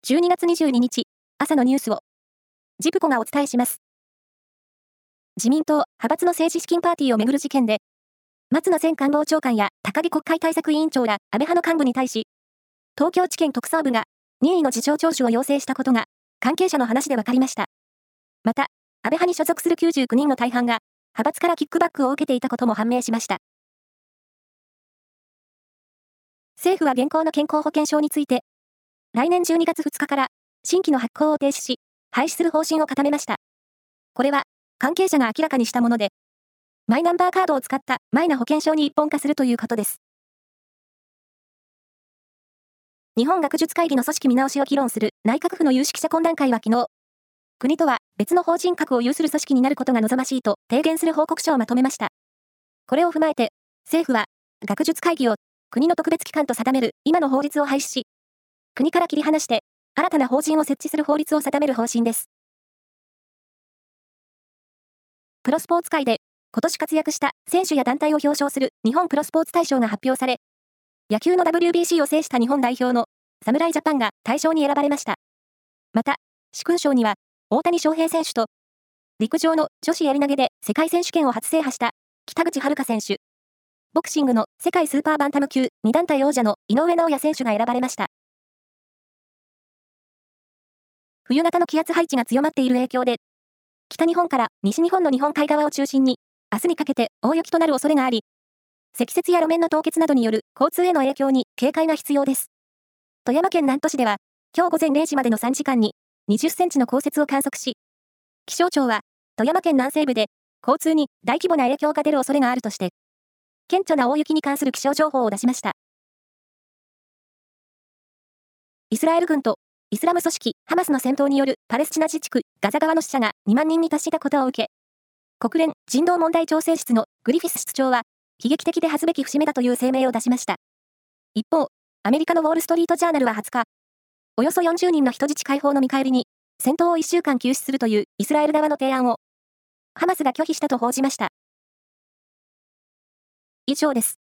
12月22日、朝のニュースを、ジプコがお伝えします。自民党、派閥の政治資金パーティーをめぐる事件で、松野前官房長官や高木国会対策委員長ら安倍派の幹部に対し、東京地検特捜部が任意の事情聴取を要請したことが、関係者の話で分かりました。また、安倍派に所属する99人の大半が、派閥からキックバックを受けていたことも判明しました。政府は現行の健康保険証について、来年12月2日から新規の発行を停止し、廃止する方針を固めました。これは関係者が明らかにしたもので、マイナンバーカードを使ったマイナ保険証に一本化するということです。日本学術会議の組織見直しを議論する内閣府の有識者懇談会は昨日、国とは別の法人格を有する組織になることが望ましいと提言する報告書をまとめました。これを踏まえて、政府は学術会議を国の特別機関と定める今の法律を廃止し、国から切り離して、新たな法人を設置する法律を定める方針です。プロスポーツ界で、今年活躍した選手や団体を表彰する日本プロスポーツ大賞が発表され、野球の WBC を制した日本代表の侍ジャパンが大賞に選ばれました。また、殊勲賞には、大谷翔平選手と、陸上の女子やり投げで世界選手権を初制覇した北口榛花選手、ボクシングの世界スーパーバンタム級2団体王者の井上尚弥選手が選ばれました。冬型の気圧配置が強まっている影響で、北日本から西日本の日本海側を中心に、明日にかけて大雪となる恐れがあり、積雪や路面の凍結などによる交通への影響に警戒が必要です。富山県南砺市では、今日午前0時までの3時間に20センチの降雪を観測し、気象庁は富山県南西部で交通に大規模な影響が出る恐れがあるとして、顕著な大雪に関する気象情報を出しました。イスラエル軍とイスラム組織ハマスの戦闘によるパレスチナ自治区ガザ側の死者が2万人に達したことを受け、国連人道問題調整室のグリフィス室長は、悲劇的で恥ずべき節目だという声明を出しました。一方、アメリカのウォール・ストリート・ジャーナルは20日、およそ40人の人質解放の見返りに、戦闘を1週間休止するというイスラエル側の提案を、ハマスが拒否したと報じました。以上です。